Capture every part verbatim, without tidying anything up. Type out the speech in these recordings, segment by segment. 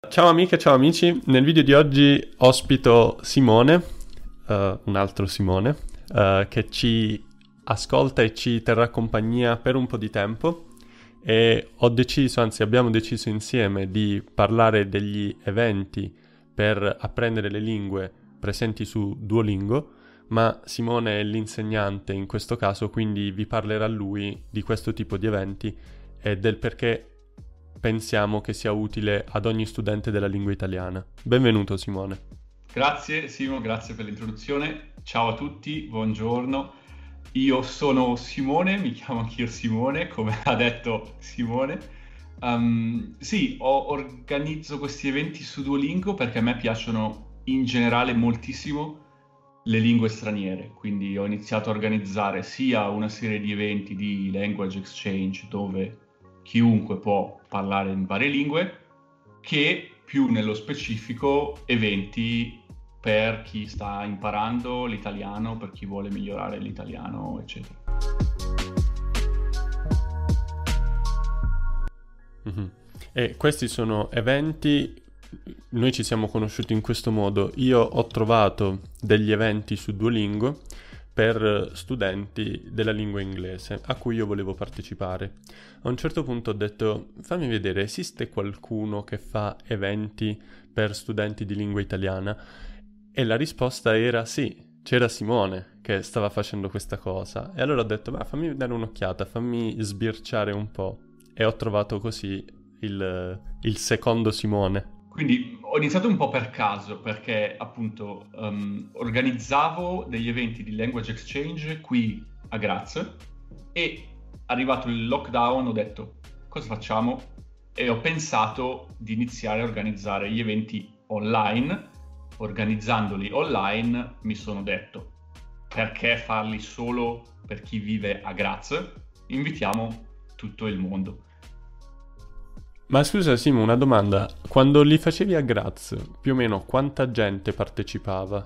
Ciao amiche, ciao amici, nel video di oggi ospito Simone, uh, un altro Simone, uh, che ci ascolta e ci terrà compagnia per un po' di tempo e ho deciso, anzi abbiamo deciso insieme di parlare degli eventi per apprendere le lingue presenti su Duolingo, ma Simone è l'insegnante in questo caso, quindi vi parlerà lui di questo tipo di eventi e del perché pensiamo che sia utile ad ogni studente della lingua italiana. Benvenuto Simone. Grazie Simo, grazie per l'introduzione. Ciao a tutti, buongiorno. Io sono Simone, mi chiamo anch'io Simone, come ha detto Simone. Um, sì, ho, organizzo questi eventi su Duolingo perché a me piacciono in generale moltissimo le lingue straniere, quindi ho iniziato a organizzare sia una serie di eventi di language exchange dove chiunque può parlare in varie lingue, che più nello specifico eventi per chi sta imparando l'italiano, per chi vuole migliorare l'italiano, eccetera. Mm-hmm. E questi sono eventi, noi ci siamo conosciuti in questo modo. Io ho trovato degli eventi su Duolingo per studenti della lingua inglese a cui io volevo partecipare. A un certo punto ho detto: fammi vedere, esiste qualcuno che fa eventi per studenti di lingua italiana? E la risposta era sì, c'era Simone che stava facendo questa cosa. E allora ho detto: ma fammi dare un'occhiata, fammi sbirciare un po'. E ho trovato così il, il secondo Simone. Quindi ho iniziato un po' per caso, perché appunto um, organizzavo degli eventi di language exchange qui a Graz e arrivato il lockdown ho detto: cosa facciamo? E ho pensato di iniziare a organizzare gli eventi online. Organizzandoli online mi sono detto: perché farli solo per chi vive a Graz? Invitiamo tutto il mondo. Ma scusa Simo, una domanda. Quando li facevi a Graz, più o meno quanta gente partecipava?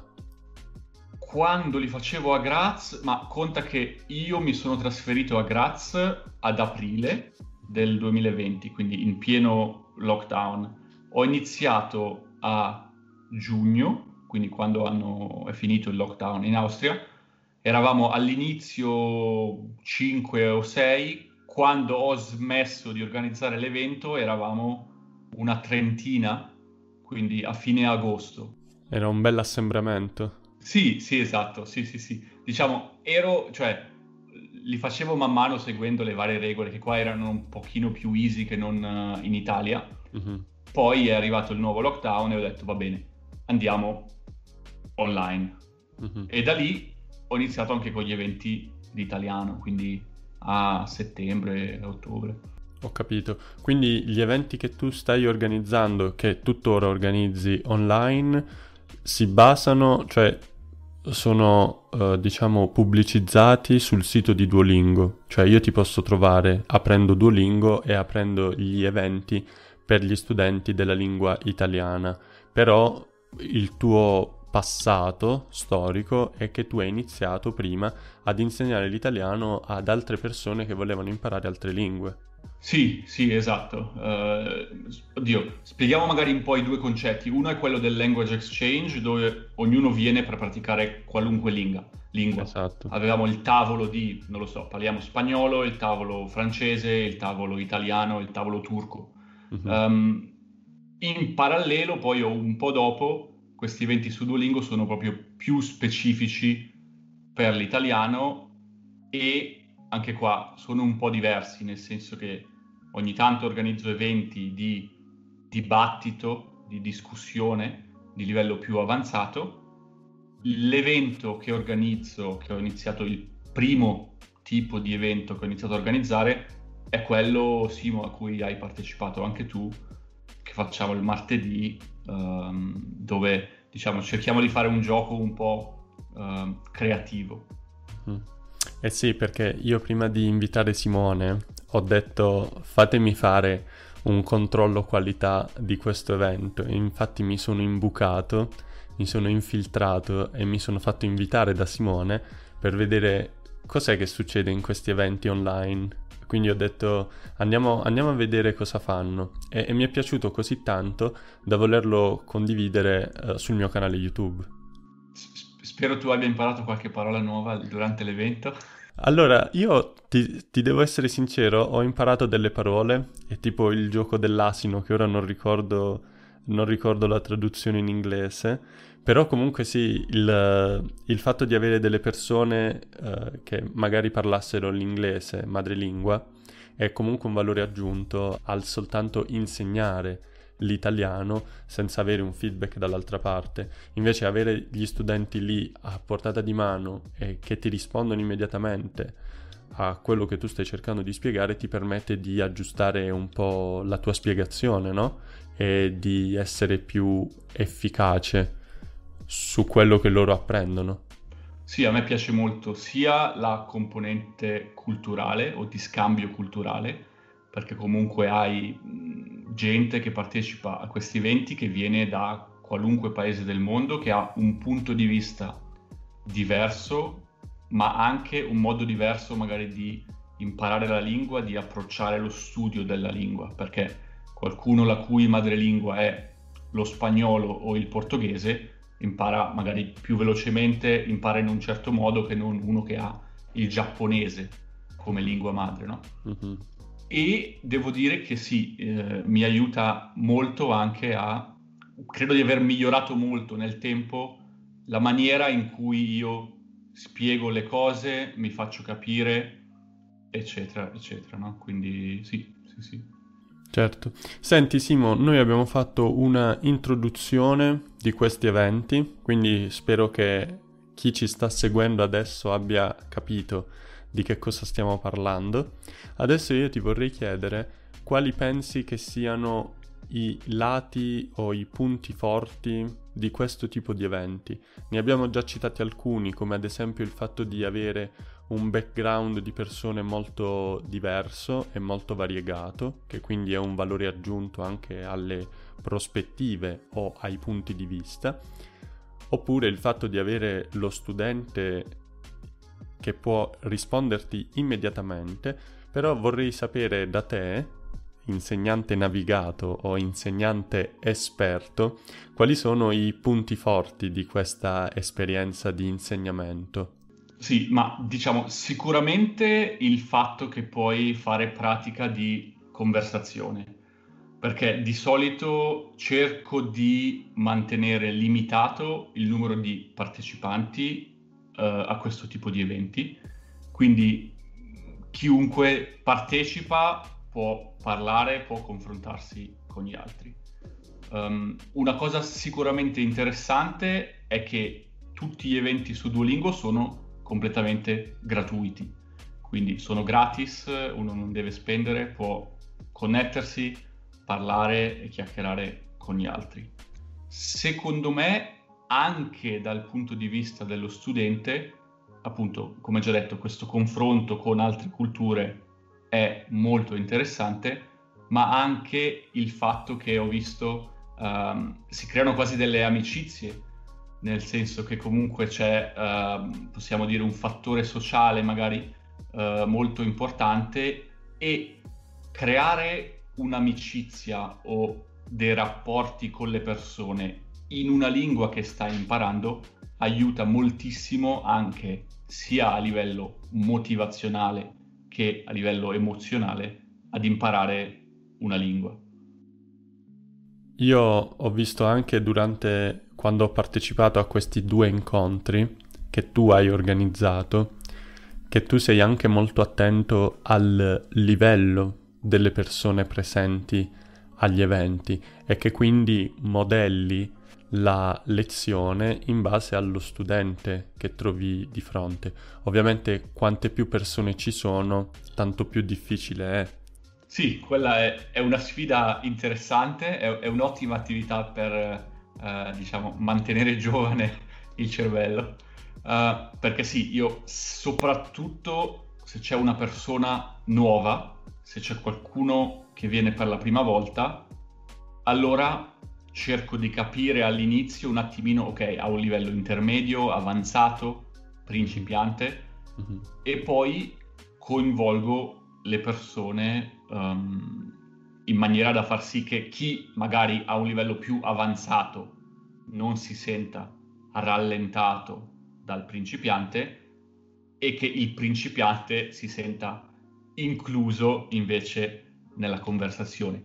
Quando li facevo a Graz, ma conta che io mi sono trasferito a Graz ad aprile del duemilaventi, quindi in pieno lockdown. Ho iniziato a giugno, quindi quando hanno, è finito il lockdown in Austria. Eravamo all'inizio cinque o sei, quando ho smesso di organizzare l'evento eravamo una trentina, quindi a fine agosto. Era un bel assembramento. Sì, sì, esatto, sì, sì, sì. Diciamo, ero, cioè, li facevo man mano seguendo le varie regole, che qua erano un pochino più easy che non eh, in Italia. Mm-hmm. Poi è arrivato il nuovo lockdown e ho detto: va bene, andiamo online. Mm-hmm. E da lì ho iniziato anche con gli eventi di italiano, quindi a settembre, ottobre. Ho capito. Quindi gli eventi che tu stai organizzando, che tuttora organizzi online, si basano, cioè sono, eh, diciamo, pubblicizzati sul sito di Duolingo. Cioè io ti posso trovare aprendo Duolingo e aprendo gli eventi per gli studenti della lingua italiana. Però il tuo passato storico è che tu hai iniziato prima ad insegnare l'italiano ad altre persone che volevano imparare altre lingue. Sì, sì, esatto. Eh, oddio, spieghiamo magari un po' i due concetti. Uno è quello del language exchange, dove ognuno viene per praticare qualunque lingua. lingua. Esatto. Avevamo il tavolo di, non lo so, parliamo spagnolo, il tavolo francese, il tavolo italiano, il tavolo turco. Mhm. Um, in parallelo, poi o un po' dopo, questi eventi su Duolingo sono proprio più specifici per l'italiano e anche qua sono un po' diversi, nel senso che ogni tanto organizzo eventi di dibattito, di discussione di livello più avanzato. L'evento che organizzo, che ho iniziato, il primo tipo di evento che ho iniziato a organizzare, è quello, Simo, a cui hai partecipato anche tu, che facciamo il martedì, um, dove diciamo cerchiamo di fare un gioco un po' um, creativo. Mm. Eh sì, perché io prima di invitare Simone ho detto: fatemi fare un controllo qualità di questo evento, e infatti mi sono imbucato, mi sono infiltrato e mi sono fatto invitare da Simone per vedere cos'è che succede in questi eventi online, Quindi ho detto andiamo, andiamo a vedere cosa fanno e, e mi è piaciuto così tanto da volerlo condividere eh, sul mio canale YouTube. S- spero tu abbia imparato qualche parola nuova durante l'evento. Allora, io ti, ti devo essere sincero, ho imparato delle parole, è tipo il gioco dell'asino che ora non ricordo, non ricordo la traduzione in inglese, però comunque sì, il, il fatto di avere delle persone eh, che magari parlassero l'inglese, madrelingua, è comunque un valore aggiunto al soltanto insegnare l'italiano senza avere un feedback dall'altra parte. Invece avere gli studenti lì a portata di mano e che ti rispondono immediatamente a quello che tu stai cercando di spiegare ti permette di aggiustare un po' la tua spiegazione, no? E di essere più efficace su quello che loro apprendono. Sì, a me piace molto sia la componente culturale o di scambio culturale, perché comunque hai mh, gente che partecipa a questi eventi che viene da qualunque paese del mondo, che ha un punto di vista diverso, ma anche un modo diverso magari di imparare la lingua, di approcciare lo studio della lingua, perché qualcuno la cui madrelingua è lo spagnolo o il portoghese impara magari più velocemente, impara in un certo modo che non uno che ha il giapponese come lingua madre, no? Mhm. E devo dire che sì, eh, mi aiuta molto anche a, credo di aver migliorato molto nel tempo la maniera in cui io spiego le cose, mi faccio capire, eccetera, eccetera, no? Quindi sì, sì, sì. Certo. Senti Simo, noi abbiamo fatto una introduzione di questi eventi, quindi spero che chi ci sta seguendo adesso abbia capito di che cosa stiamo parlando. Adesso io ti vorrei chiedere quali pensi che siano i lati o i punti forti di questo tipo di eventi. Ne abbiamo già citati alcuni, come ad esempio il fatto di avere un background di persone molto diverso e molto variegato, che quindi è un valore aggiunto anche alle prospettive o ai punti di vista, oppure il fatto di avere lo studente che può risponderti immediatamente, però vorrei sapere da te, insegnante navigato o insegnante esperto, quali sono i punti forti di questa esperienza di insegnamento. Sì, ma diciamo sicuramente il fatto che puoi fare pratica di conversazione, perché di solito cerco di mantenere limitato il numero di partecipanti eh, a questo tipo di eventi, quindi chiunque partecipa può parlare, può confrontarsi con gli altri. Um, una cosa sicuramente interessante è che tutti gli eventi su Duolingo sono completamente gratuiti, quindi sono gratis, uno non deve spendere, può connettersi, parlare e chiacchierare con gli altri. Secondo me, anche dal punto di vista dello studente, appunto, come già detto, questo confronto con altre culture è molto interessante, ma anche il fatto che ho visto um, si creano quasi delle amicizie, nel senso che comunque c'è, uh, possiamo dire, un fattore sociale magari uh, molto importante, e creare un'amicizia o dei rapporti con le persone in una lingua che stai imparando aiuta moltissimo anche sia a livello motivazionale che a livello emozionale ad imparare una lingua. Io ho visto anche durante quando ho partecipato a questi due incontri che tu hai organizzato, che tu sei anche molto attento al livello delle persone presenti agli eventi e che quindi modelli la lezione in base allo studente che trovi di fronte. Ovviamente quante più persone ci sono, tanto più difficile è. Sì, quella è, è una sfida interessante, è, è un'ottima attività per, eh, diciamo, mantenere giovane il cervello. Eh, perché sì, io soprattutto se c'è una persona nuova, se c'è qualcuno che viene per la prima volta, allora cerco di capire all'inizio un attimino, ok, a un livello intermedio, avanzato, principiante, Mhm. e poi coinvolgo le persone um, in maniera da far sì che chi magari ha un livello più avanzato non si senta rallentato dal principiante e che il principiante si senta incluso invece nella conversazione.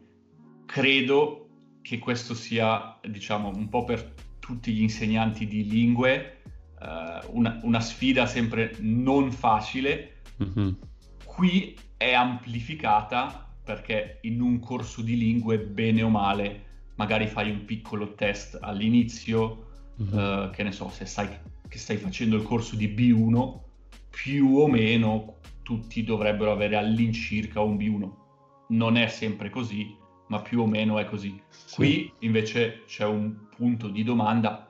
Credo che questo sia, diciamo, un po' per tutti gli insegnanti di lingue, uh, una, una sfida sempre non facile. Mm-hmm. Qui è amplificata perché in un corso di lingue, bene o male, magari fai un piccolo test all'inizio, mm-hmm. uh, che ne so, se sai che stai facendo il corso di B uno, più o meno tutti dovrebbero avere all'incirca un B uno. Non è sempre così, ma più o meno è così. Sì. Qui invece c'è un punto di domanda.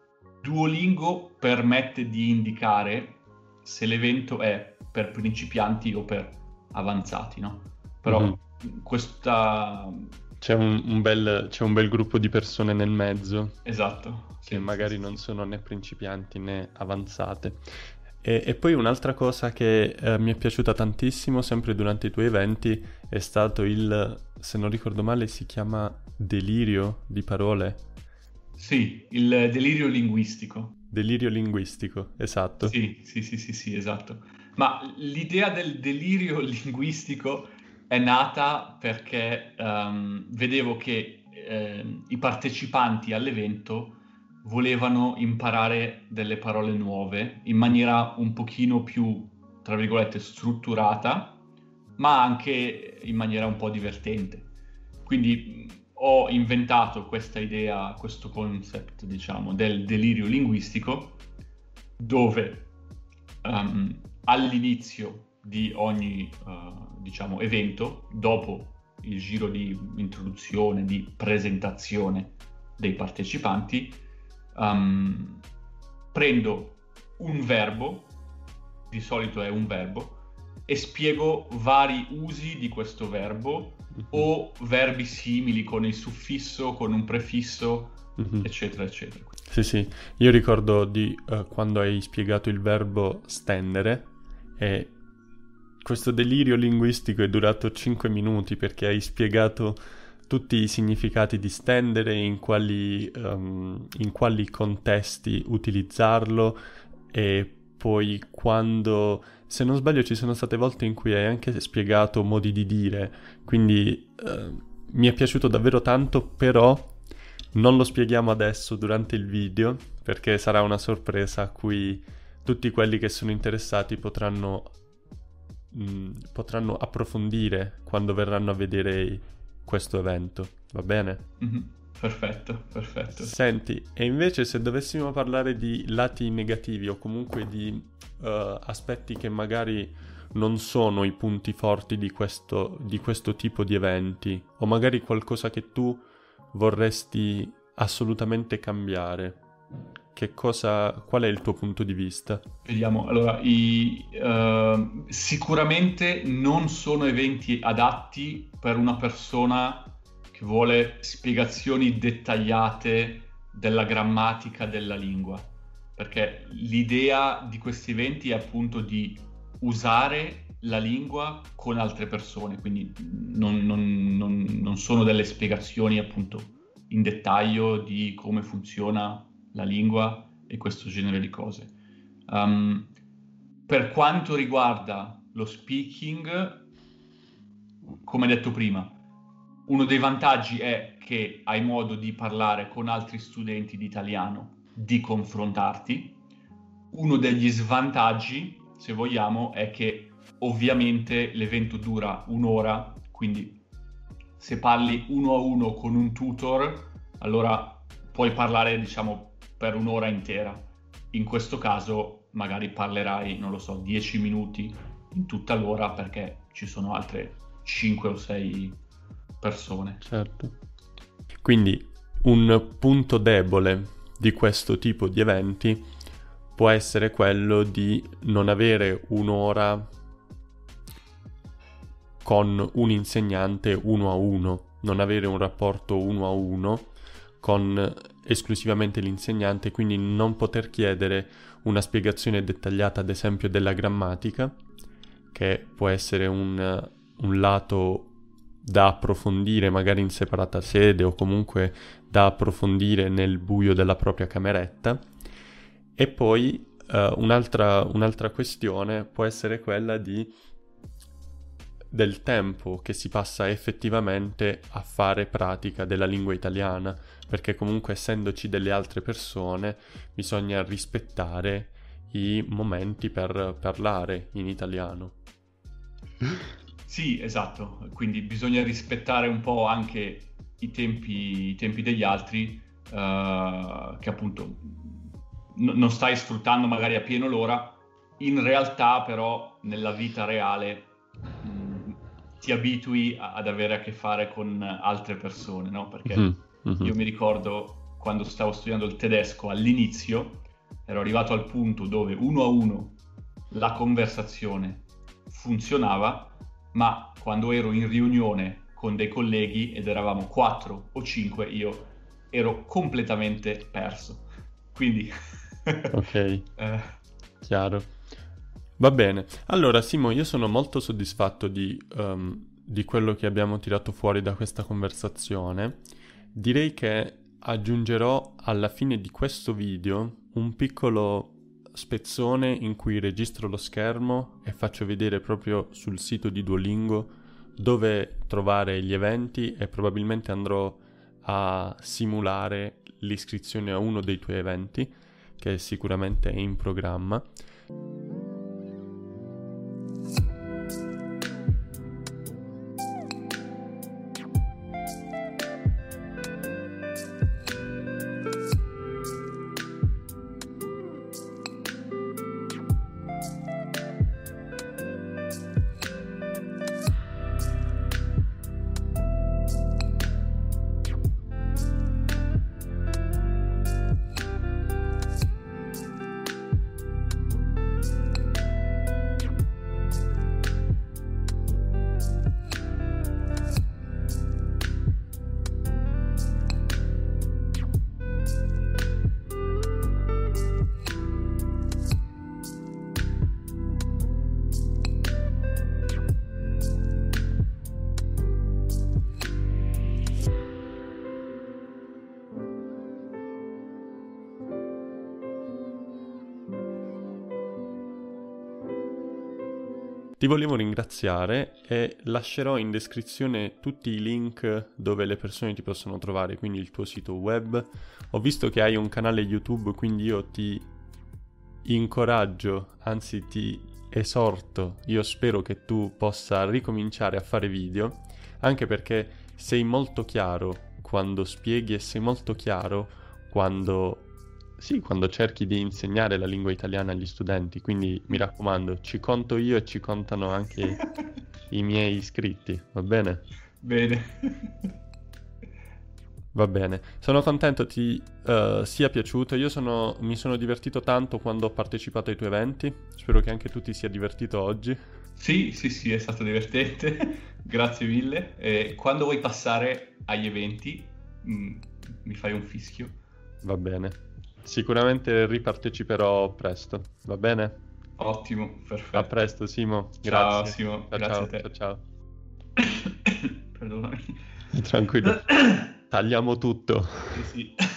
Duolingo permette di indicare se l'evento è per principianti o per avanzati, no? Però mm-hmm. questa... C'è un, un bel, c'è un bel gruppo di persone nel mezzo. Esatto. Che sì, magari sì, non sì. sono né principianti né avanzate. E, e poi un'altra cosa che eh, mi è piaciuta tantissimo, sempre durante i tuoi eventi, è stato il, se non ricordo male, si chiama delirio di parole. Sì, il delirio linguistico. Delirio linguistico, esatto. Sì, sì, sì, sì, sì, esatto. Ma l'idea del delirio linguistico è nata perché um, vedevo che eh, i partecipanti all'evento volevano imparare delle parole nuove in maniera un pochino più, tra virgolette, strutturata, ma anche in maniera un po' divertente. Quindi ho inventato questa idea, questo concept, diciamo, del delirio linguistico, dove um, all'inizio di ogni, uh, diciamo, evento, dopo il giro di introduzione, di presentazione dei partecipanti, Um, prendo un verbo, di solito è un verbo, e spiego vari usi di questo verbo mm-hmm. o verbi simili con il suffisso, con un prefisso, mm-hmm. eccetera, eccetera. Sì, sì, io ricordo di uh, quando hai spiegato il verbo stendere e questo delirio linguistico è durato cinque minuti perché hai spiegato tutti i significati di stendere, in quali, um, in quali contesti utilizzarlo e poi quando, se non sbaglio, ci sono state volte in cui hai anche spiegato modi di dire, quindi uh, mi è piaciuto davvero tanto, però non lo spieghiamo adesso durante il video perché sarà una sorpresa a cui tutti quelli che sono interessati potranno, mh, potranno approfondire quando verranno a vedere questo evento, va bene? Mm-hmm. Perfetto, perfetto. Senti, e invece se dovessimo parlare di lati negativi o comunque di uh, aspetti che magari non sono i punti forti di questo, di questo tipo di eventi, o magari qualcosa che tu vorresti assolutamente cambiare, che cosa, qual è il tuo punto di vista? Vediamo, allora, i, uh, sicuramente non sono eventi adatti per una persona che vuole spiegazioni dettagliate della grammatica della lingua, perché l'idea di questi eventi è appunto di usare la lingua con altre persone, quindi non, non, non, non sono delle spiegazioni appunto in dettaglio di come funziona la lingua e questo genere di cose. Um, per quanto riguarda lo speaking, come detto prima, uno dei vantaggi è che hai modo di parlare con altri studenti di italiano, di confrontarti. Uno degli svantaggi, se vogliamo, è che ovviamente l'evento dura un'ora, quindi se parli uno a uno con un tutor, allora puoi parlare, diciamo, per un'ora intera. In questo caso magari parlerai, non lo so, dieci minuti in tutta l'ora perché ci sono altre cinque o sei persone. Certo. Quindi un punto debole di questo tipo di eventi può essere quello di non avere un'ora con un insegnante uno a uno, non avere un rapporto uno a uno con esclusivamente l'insegnante, quindi non poter chiedere una spiegazione dettagliata, ad esempio, della grammatica, che può essere un, un lato da approfondire magari in separata sede o comunque da approfondire nel buio della propria cameretta. E poi uh, un'altra, un'altra questione può essere quella di del tempo che si passa effettivamente a fare pratica della lingua italiana, perché comunque essendoci delle altre persone bisogna rispettare i momenti per parlare in italiano. Sì, esatto, quindi bisogna rispettare un po' anche i tempi, i tempi degli altri, uh, che appunto n- non stai sfruttando magari a pieno l'ora, in realtà però nella vita reale mh, ti abitui a- ad avere a che fare con altre persone, no? Perché Mm, mhm. io mi ricordo quando stavo studiando il tedesco all'inizio, ero arrivato al punto dove uno a uno la conversazione funzionava, ma quando ero in riunione con dei colleghi ed eravamo quattro o cinque, io ero completamente perso. Quindi, Ok, eh, chiaro. Va bene. Allora, Simo, io sono molto soddisfatto di, ehm, di quello che abbiamo tirato fuori da questa conversazione. Direi che aggiungerò alla fine di questo video un piccolo spezzone in cui registro lo schermo e faccio vedere proprio sul sito di Duolingo dove trovare gli eventi, e probabilmente andrò a simulare l'iscrizione a uno dei tuoi eventi, che sicuramente è in programma. Ti volevo ringraziare e lascerò in descrizione tutti i link dove le persone ti possono trovare, quindi il tuo sito web. Ho visto che hai un canale YouTube, quindi io ti incoraggio, anzi ti esorto, io spero che tu possa ricominciare a fare video, anche perché sei molto chiaro quando spieghi e sei molto chiaro quando... Sì, quando cerchi di insegnare la lingua italiana agli studenti, quindi mi raccomando, ci conto io e ci contano anche i miei iscritti, va bene? bene. Va bene, sono contento ti eh, sia piaciuto, io sono, mi sono divertito tanto quando ho partecipato ai tuoi eventi, spero che anche tu ti sia divertito oggi. Sì, sì, sì, è stato divertente, grazie mille. E quando vuoi passare agli eventi, mh, mi fai un fischio. Va bene, sicuramente riparteciperò presto, va bene? Ottimo, A perfetto. presto Simo, Ciao grazie. Simo, Ciao grazie a ciao, te. ciao ciao. Perdonami. Tranquillo, tagliamo tutto. Sì, sì.